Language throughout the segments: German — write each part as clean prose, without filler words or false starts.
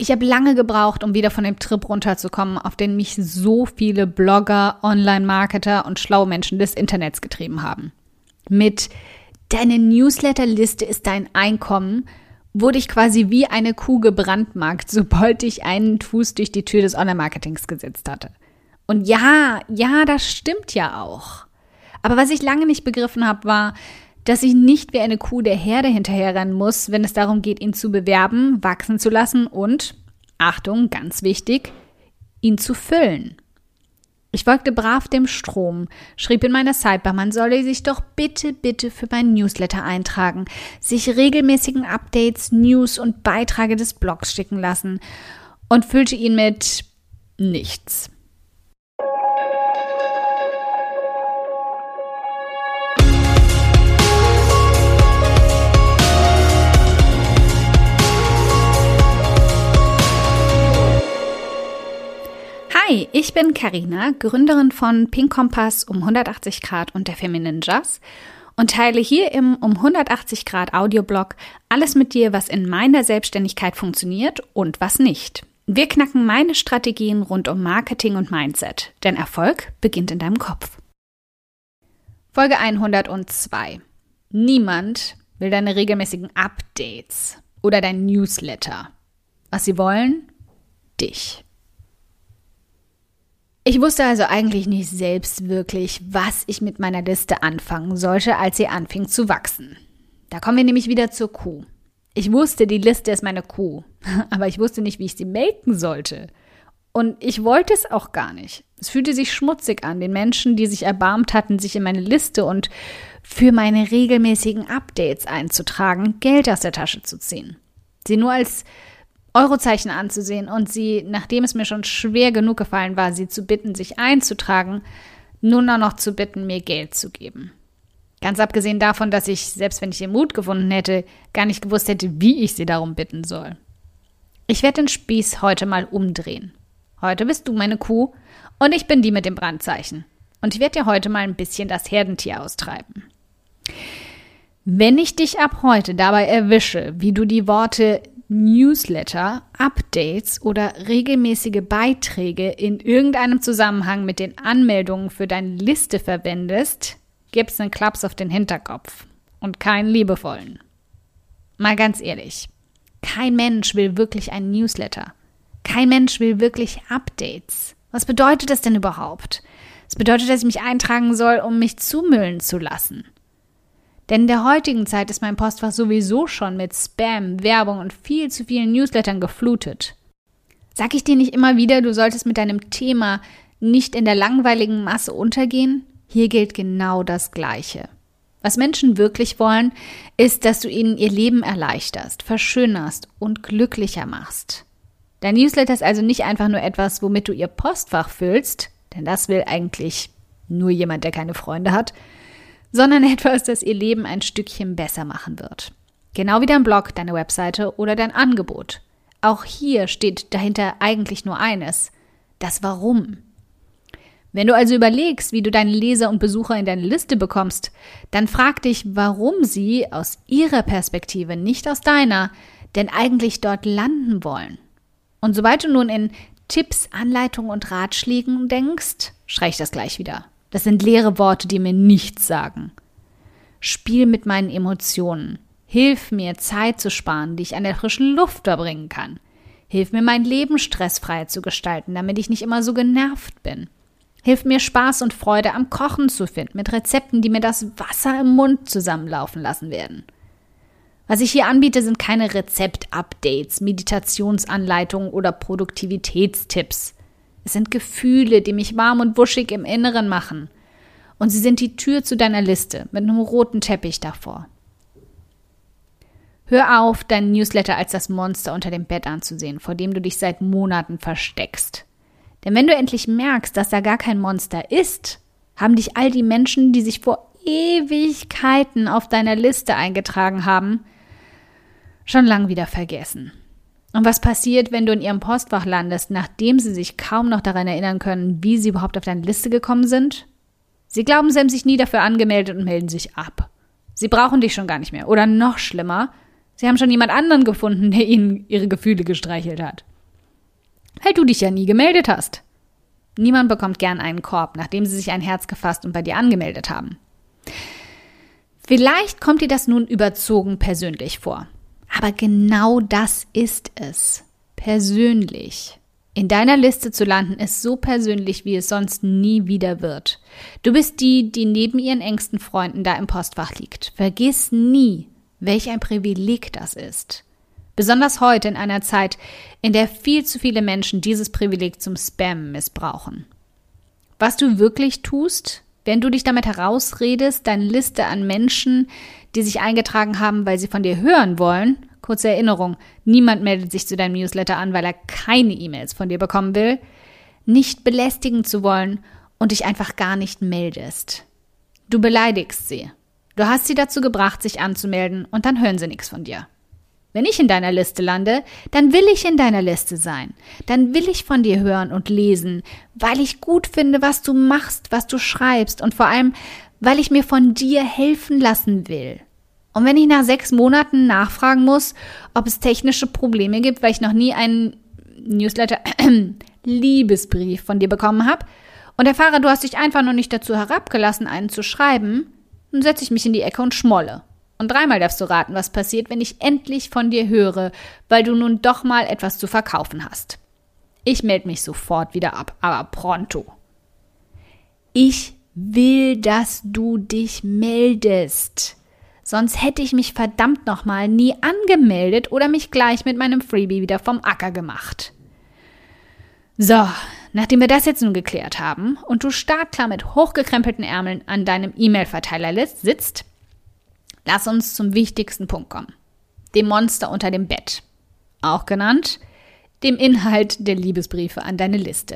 Ich habe lange gebraucht, um wieder von dem Trip runterzukommen, auf den mich so viele Blogger, Online-Marketer und schlaue Menschen des Internets getrieben haben. Mit "Deine Newsletterliste ist dein Einkommen" wurde ich quasi wie eine Kuh gebrandmarkt, sobald ich einen Fuß durch die Tür des Online-Marketings gesetzt hatte. Und ja, das stimmt ja auch. Aber was ich lange nicht begriffen habe, war, dass ich nicht wie eine Kuh der Herde hinterherrennen muss, wenn es darum geht, ihn zu bewerben, wachsen zu lassen und, Achtung, ganz wichtig, ihn zu füllen. Ich folgte brav dem Strom, schrieb in meiner Sidebar, man solle sich doch bitte für meinen Newsletter eintragen, sich regelmäßigen Updates, News und Beiträge des Blogs schicken lassen und füllte ihn mit nichts. Hi, ich bin Carina, Gründerin von Pink Kompass um 180 Grad und der Feminine Jazz und teile hier im um 180 Grad Audioblog alles mit dir, was in meiner Selbstständigkeit funktioniert und was nicht. Wir knacken meine Strategien rund um Marketing und Mindset, denn Erfolg beginnt in deinem Kopf. Folge 102. Niemand will deine regelmäßigen Updates oder dein Newsletter. Was sie wollen? Dich. Ich wusste also eigentlich nicht selbst wirklich, was ich mit meiner Liste anfangen sollte, als sie anfing zu wachsen. Da kommen wir nämlich wieder zur Kuh. Ich wusste, die Liste ist meine Kuh, aber ich wusste nicht, wie ich sie melken sollte. Und ich wollte es auch gar nicht. Es fühlte sich schmutzig an, den Menschen, die sich erbarmt hatten, sich in meine Liste und für meine regelmäßigen Updates einzutragen, Geld aus der Tasche zu ziehen. Sie nur als Eurozeichen anzusehen und sie, nachdem es mir schon schwer genug gefallen war, sie zu bitten, sich einzutragen, nun auch noch zu bitten, mir Geld zu geben. Ganz abgesehen davon, dass ich, selbst wenn ich den Mut gefunden hätte, gar nicht gewusst hätte, wie ich sie darum bitten soll. Ich werde den Spieß heute mal umdrehen. Heute bist du meine Kuh und ich bin die mit dem Brandzeichen. Und ich werde dir heute mal ein bisschen das Herdentier austreiben. Wenn ich dich ab heute dabei erwische, wie du die Worte Newsletter, Updates oder regelmäßige Beiträge in irgendeinem Zusammenhang mit den Anmeldungen für deine Liste verwendest, gibt's einen Klaps auf den Hinterkopf und keinen liebevollen. Mal ganz ehrlich, kein Mensch will wirklich einen Newsletter. Kein Mensch will wirklich Updates. Was bedeutet das denn überhaupt? Es bedeutet, dass ich mich eintragen soll, um mich zumüllen zu lassen. Denn in der heutigen Zeit ist mein Postfach sowieso schon mit Spam, Werbung und viel zu vielen Newslettern geflutet. Sag ich dir nicht immer wieder, du solltest mit deinem Thema nicht in der langweiligen Masse untergehen? Hier gilt genau das Gleiche. Was Menschen wirklich wollen, ist, dass du ihnen ihr Leben erleichterst, verschönerst und glücklicher machst. Dein Newsletter ist also nicht einfach nur etwas, womit du ihr Postfach füllst, denn das will eigentlich nur jemand, der keine Freunde hat, sondern etwas, das ihr Leben ein Stückchen besser machen wird. Genau wie dein Blog, deine Webseite oder dein Angebot. Auch hier steht dahinter eigentlich nur eines: das Warum. Wenn du also überlegst, wie du deine Leser und Besucher in deine Liste bekommst, dann frag dich, warum sie aus ihrer Perspektive, nicht aus deiner, denn eigentlich dort landen wollen. Und sobald du nun in Tipps, Anleitungen und Ratschlägen denkst, schrei ich das gleich wieder. Das sind leere Worte, die mir nichts sagen. Spiel mit meinen Emotionen. Hilf mir, Zeit zu sparen, die ich an der frischen Luft verbringen kann. Hilf mir, mein Leben stressfrei zu gestalten, damit ich nicht immer so genervt bin. Hilf mir, Spaß und Freude am Kochen zu finden, mit Rezepten, die mir das Wasser im Mund zusammenlaufen lassen werden. Was ich hier anbiete, sind keine Rezept-Updates, Meditationsanleitungen oder Produktivitätstipps. Es sind Gefühle, die mich warm und wuschig im Inneren machen. Und sie sind die Tür zu deiner Liste mit einem roten Teppich davor. Hör auf, deinen Newsletter als das Monster unter dem Bett anzusehen, vor dem du dich seit Monaten versteckst. Denn wenn du endlich merkst, dass da gar kein Monster ist, haben dich all die Menschen, die sich vor Ewigkeiten auf deiner Liste eingetragen haben, schon lang wieder vergessen. Und was passiert, wenn du in ihrem Postfach landest, nachdem sie sich kaum noch daran erinnern können, wie sie überhaupt auf deine Liste gekommen sind? Sie glauben, sie haben sich nie dafür angemeldet und melden sich ab. Sie brauchen dich schon gar nicht mehr. Oder noch schlimmer, sie haben schon jemand anderen gefunden, der ihnen ihre Gefühle gestreichelt hat. Weil du dich ja nie gemeldet hast. Niemand bekommt gern einen Korb, nachdem sie sich ein Herz gefasst und bei dir angemeldet haben. Vielleicht kommt dir das nun überzogen persönlich vor. Aber genau das ist es. Persönlich. In deiner Liste zu landen ist so persönlich, wie es sonst nie wieder wird. Du bist die neben ihren engsten Freunden da im Postfach liegt. Vergiss nie, welch ein Privileg das ist. Besonders heute in einer Zeit, in der viel zu viele Menschen dieses Privileg zum Spam missbrauchen. Was du wirklich tust, wenn du dich damit herausredest, deine Liste an Menschen, die sich eingetragen haben, weil sie von dir hören wollen, kurze Erinnerung, niemand meldet sich zu deinem Newsletter an, weil er keine E-Mails von dir bekommen will, nicht belästigen zu wollen und dich einfach gar nicht meldest. Du beleidigst sie. Du hast sie dazu gebracht, sich anzumelden und dann hören sie nichts von dir. Wenn ich in deiner Liste lande, dann will ich in deiner Liste sein. Dann will ich von dir hören und lesen, weil ich gut finde, was du machst, was du schreibst und vor allem, weil ich mir von dir helfen lassen will. Und wenn ich nach 6 Monaten nachfragen muss, ob es technische Probleme gibt, weil ich noch nie einen Newsletter-Liebesbrief von dir bekommen habe und erfahre, du hast dich einfach noch nicht dazu herabgelassen, einen zu schreiben, dann setze ich mich in die Ecke und schmolle. Und 3-mal darfst du raten, was passiert, wenn ich endlich von dir höre, weil du nun doch mal etwas zu verkaufen hast. Ich melde mich sofort wieder ab, aber pronto. Ich will, dass du dich meldest. Sonst hätte ich mich verdammt nochmal nie angemeldet oder mich gleich mit meinem Freebie wieder vom Acker gemacht. So, nachdem wir das jetzt nun geklärt haben und du startklar mit hochgekrempelten Ärmeln an deinem E-Mail-Verteiler sitzt, lass uns zum wichtigsten Punkt kommen. Dem Monster unter dem Bett. Auch genannt, dem Inhalt der Liebesbriefe an deine Liste.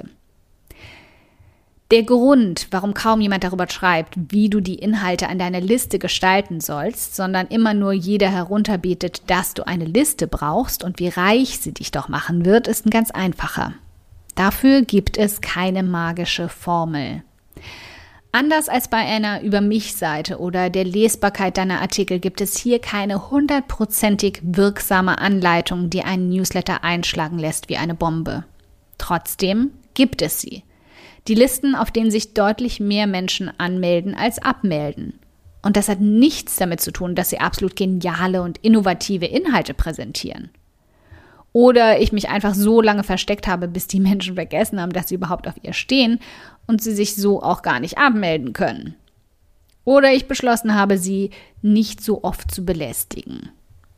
Der Grund, warum kaum jemand darüber schreibt, wie du die Inhalte an deiner Liste gestalten sollst, sondern immer nur jeder herunterbetet, dass du eine Liste brauchst und wie reich sie dich doch machen wird, ist ein ganz einfacher. Dafür gibt es keine magische Formel. Anders als bei einer Über-mich-Seite oder der Lesbarkeit deiner Artikel gibt es hier keine 100%ig wirksame Anleitung, die einen Newsletter einschlagen lässt wie eine Bombe. Trotzdem gibt es sie. Die Listen, auf denen sich deutlich mehr Menschen anmelden als abmelden. Und das hat nichts damit zu tun, dass sie absolut geniale und innovative Inhalte präsentieren. Oder ich mich einfach so lange versteckt habe, bis die Menschen vergessen haben, dass sie überhaupt auf ihr stehen und sie sich so auch gar nicht abmelden können. Oder ich beschlossen habe, sie nicht so oft zu belästigen.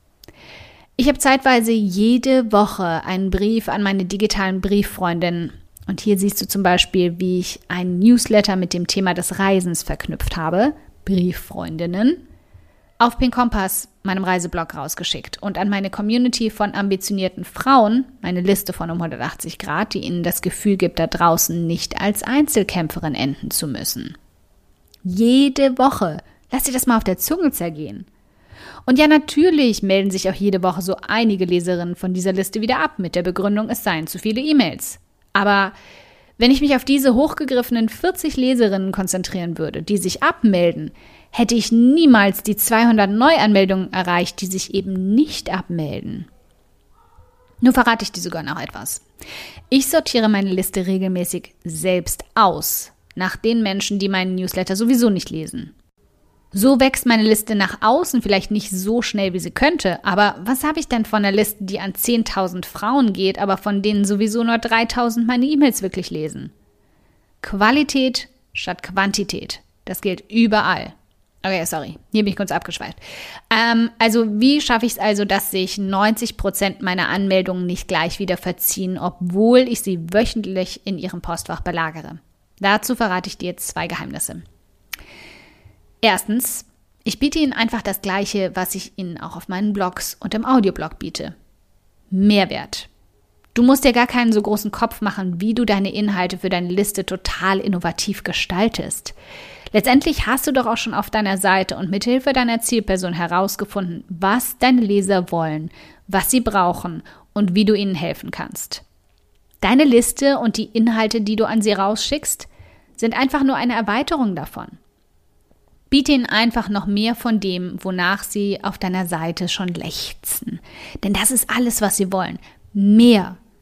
Ich habe zeitweise jede Woche einen Brief an meine digitalen Brieffreundinnen. Und hier siehst du zum Beispiel, wie ich einen Newsletter mit dem Thema des Reisens verknüpft habe, Brieffreundinnen, auf Pink Kompass, meinem Reiseblog, rausgeschickt und an meine Community von ambitionierten Frauen, meine Liste von 180 Grad, die ihnen das Gefühl gibt, da draußen nicht als Einzelkämpferin enden zu müssen. Jede Woche. Lass dir das mal auf der Zunge zergehen. Und ja, natürlich melden sich auch jede Woche so einige Leserinnen von dieser Liste wieder ab, mit der Begründung, es seien zu viele E-Mails. Aber wenn ich mich auf diese hochgegriffenen 40 Leserinnen konzentrieren würde, die sich abmelden, hätte ich niemals die 200 Neuanmeldungen erreicht, die sich eben nicht abmelden. Nur verrate ich dir sogar noch etwas. Ich sortiere meine Liste regelmäßig selbst aus, nach den Menschen, die meinen Newsletter sowieso nicht lesen. So wächst meine Liste nach außen vielleicht nicht so schnell, wie sie könnte, aber was habe ich denn von einer Liste, die an 10.000 Frauen geht, aber von denen sowieso nur 3.000 meine E-Mails wirklich lesen? Qualität statt Quantität. Das gilt überall. Okay, sorry, hier bin ich kurz abgeschweift. Also wie schaffe ich es also, dass sich 90% meiner Anmeldungen nicht gleich wieder verziehen, obwohl ich sie wöchentlich in ihrem Postfach belagere? Dazu verrate ich dir jetzt 2 Geheimnisse. Erstens, ich biete Ihnen einfach das Gleiche, was ich Ihnen auch auf meinen Blogs und im Audioblog biete. Mehrwert. Du musst dir gar keinen so großen Kopf machen, wie du deine Inhalte für deine Liste total innovativ gestaltest. Letztendlich hast du doch auch schon auf deiner Seite und mithilfe deiner Zielperson herausgefunden, was deine Leser wollen, was sie brauchen und wie du ihnen helfen kannst. Deine Liste und die Inhalte, die du an sie rausschickst, sind einfach nur eine Erweiterung davon. Biete ihnen einfach noch mehr von dem, wonach sie auf deiner Seite schon lechzen. Denn das ist alles, was sie wollen. Mehr.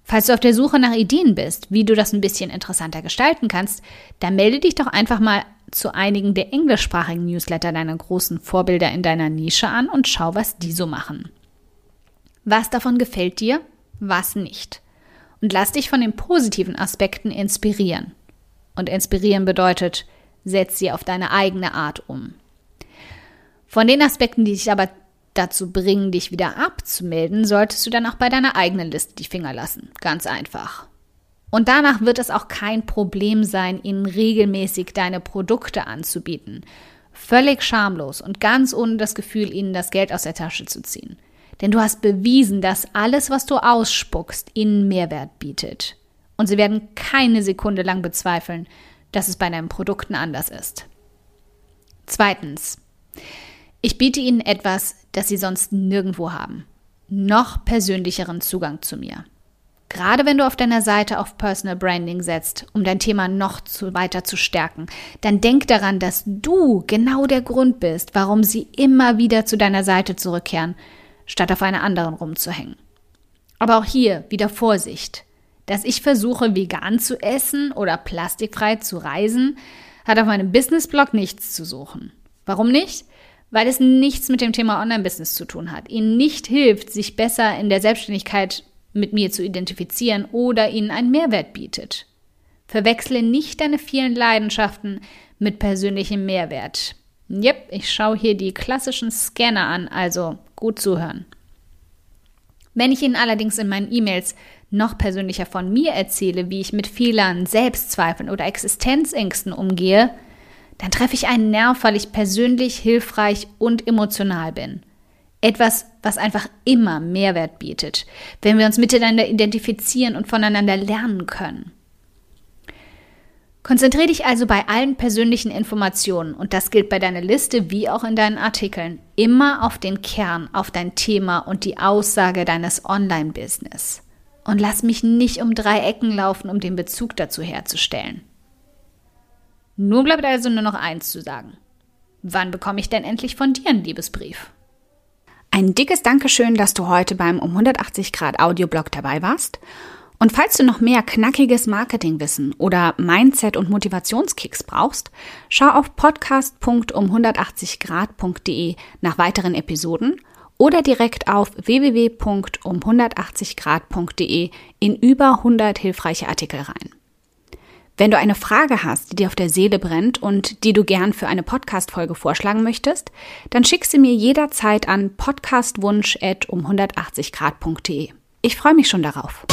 Falls du auf der Suche nach Ideen bist, wie du das ein bisschen interessanter gestalten kannst, dann melde dich doch einfach mal zu einigen der englischsprachigen Newsletter deiner großen Vorbilder in deiner Nische an und schau, was die so machen. Was davon gefällt dir, was nicht? Und lass dich von den positiven Aspekten inspirieren. Und inspirieren bedeutet, setz sie auf deine eigene Art um. Von den Aspekten, die dich aber dazu bringen, dich wieder abzumelden, solltest du dann auch bei deiner eigenen Liste die Finger lassen. Ganz einfach. Und danach wird es auch kein Problem sein, ihnen regelmäßig deine Produkte anzubieten. Völlig schamlos und ganz ohne das Gefühl, ihnen das Geld aus der Tasche zu ziehen. Denn du hast bewiesen, dass alles, was du ausspuckst, ihnen Mehrwert bietet. Und sie werden keine Sekunde lang bezweifeln, dass es bei deinen Produkten anders ist. Zweitens. Ich biete ihnen etwas, das sie sonst nirgendwo haben. Noch persönlicheren Zugang zu mir. Gerade wenn du auf deiner Seite auf Personal Branding setzt, um dein Thema noch weiter zu stärken, dann denk daran, dass du genau der Grund bist, warum sie immer wieder zu deiner Seite zurückkehren, statt auf einer anderen rumzuhängen. Aber auch hier wieder Vorsicht. Dass ich versuche, vegan zu essen oder plastikfrei zu reisen, hat auf meinem Businessblog nichts zu suchen. Warum nicht? Weil es nichts mit dem Thema Online-Business zu tun hat, ihnen nicht hilft, sich besser in der Selbstständigkeit mit mir zu identifizieren oder ihnen einen Mehrwert bietet. Verwechsle nicht deine vielen Leidenschaften mit persönlichem Mehrwert. Jep, ich schaue hier die klassischen Scanner an, also gut zuhören. Wenn ich Ihnen allerdings in meinen E-Mails noch persönlicher von mir erzähle, wie ich mit Fehlern, Selbstzweifeln oder Existenzängsten umgehe, dann treffe ich einen Nerv, weil ich persönlich hilfreich und emotional bin. Etwas, was einfach immer Mehrwert bietet, wenn wir uns miteinander identifizieren und voneinander lernen können. Konzentriere dich also bei allen persönlichen Informationen, und das gilt bei deiner Liste wie auch in deinen Artikeln, immer auf den Kern, auf dein Thema und die Aussage deines Online-Business. Und lass mich nicht um 3 Ecken laufen, um den Bezug dazu herzustellen. Nun bleibt also nur noch eins zu sagen. Wann bekomme ich denn endlich von dir einen Liebesbrief? Ein dickes Dankeschön, dass du heute beim 180 Grad Audioblog dabei warst. Und falls du noch mehr knackiges Marketingwissen oder Mindset- und Motivationskicks brauchst, schau auf podcast.um180grad.de nach weiteren Episoden oder direkt auf www.um180grad.de in über 100 hilfreiche Artikel rein. Wenn du eine Frage hast, die dir auf der Seele brennt und die du gern für eine Podcast-Folge vorschlagen möchtest, dann schick sie mir jederzeit an podcastwunsch@um180grad.de. Ich freue mich schon darauf.